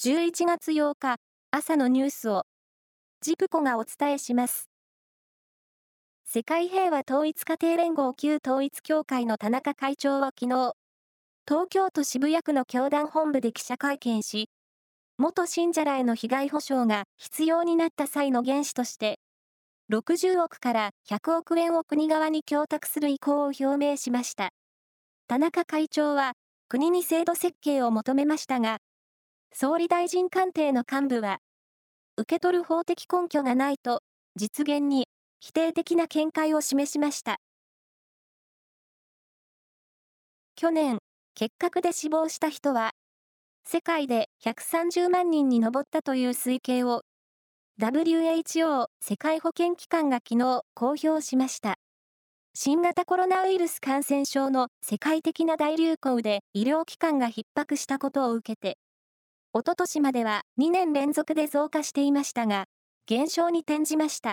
11月8日、朝のニュースを、ジプコがお伝えします。世界平和統一家庭連合旧統一教会の田中会長は昨日、東京都渋谷区の教団本部で記者会見し、元信者らへの被害補償が必要になった際の原資として、60億から100億円を国側に供託する意向を表明しました。田中会長は、国に制度設計を求めましたが、総理大臣官邸の幹部は、受け取る法的根拠がないと、実現に否定的な見解を示しました。去年、結核で死亡した人は、世界で130万人に上ったという推計を、WHO 世界保健機関が昨日公表しました。新型コロナウイルス感染症の世界的な大流行で医療機関が逼迫したことを受けて、おととしまでは2年連続で増加していましたが、減少に転じました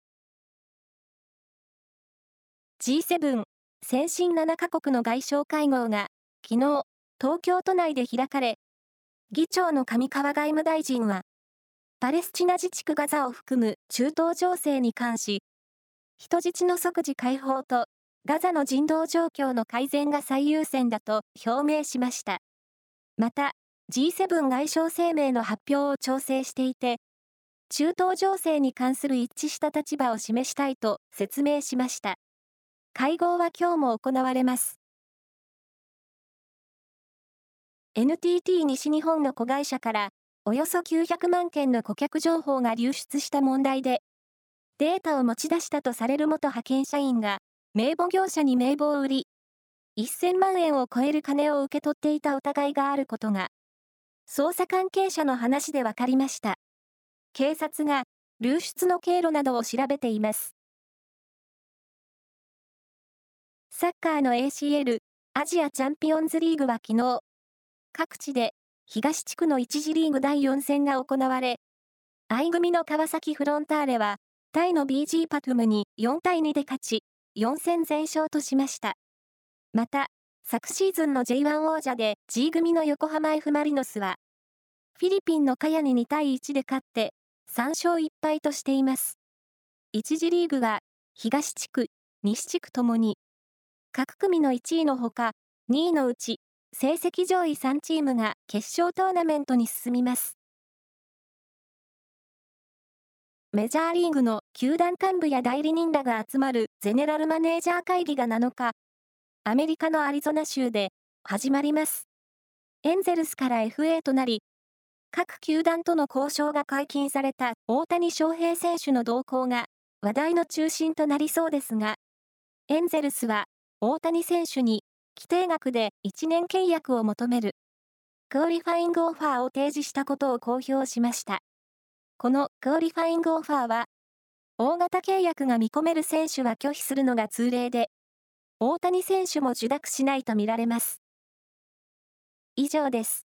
。G7 先進7カ国の外相会合が昨日、東京都内で開かれ、議長の上川外務大臣は、パレスチナ自治区ガザを含む中東情勢に関し、人質の即時解放とガザの人道状況の改善が最優先だと表明しました。また、G7 外相声明の発表を調整していて、中東情勢に関する一致した立場を示したいと説明しました。会合は今日も行われます。NTT 西日本の子会社からおよそ900万件の顧客情報が流出した問題で、データを持ち出したとされる元派遣社員が名簿業者に名簿を売り、1000万円を超える金を受け取っていた疑いがあることが、捜査関係者の話で分かりました。警察が流出の経路などを調べています。サッカーの ACL アジアチャンピオンズリーグは昨日、各地で東地区の1次リーグ第4戦が行われ、I組の川崎フロンターレはタイの BG パトゥムに4対2で勝ち、4戦全勝としました。また、昨シーズンの J1 王者で G 組の横浜 F マリノスは、フィリピンのカヤに2対1で勝って、3勝1敗としています。1次リーグは、東地区、西地区ともに、各組の1位のほか、2位のうち、成績上位3チームが決勝トーナメントに進みます。メジャーリーグの球団幹部や代理人らが集まるゼネラルマネージャー会議が7日、アメリカのアリゾナ州で始まります。エンゼルスから FA となり、各球団との交渉が解禁された大谷翔平選手の動向が話題の中心となりそうですが、エンゼルスは大谷選手に規定額で1年契約を求めるクオリファイングオファーを提示したことを公表しました。このクオリファイングオファーは、大型契約が見込める選手は拒否するのが通例で、大谷選手も受諾しないとみられます。以上です。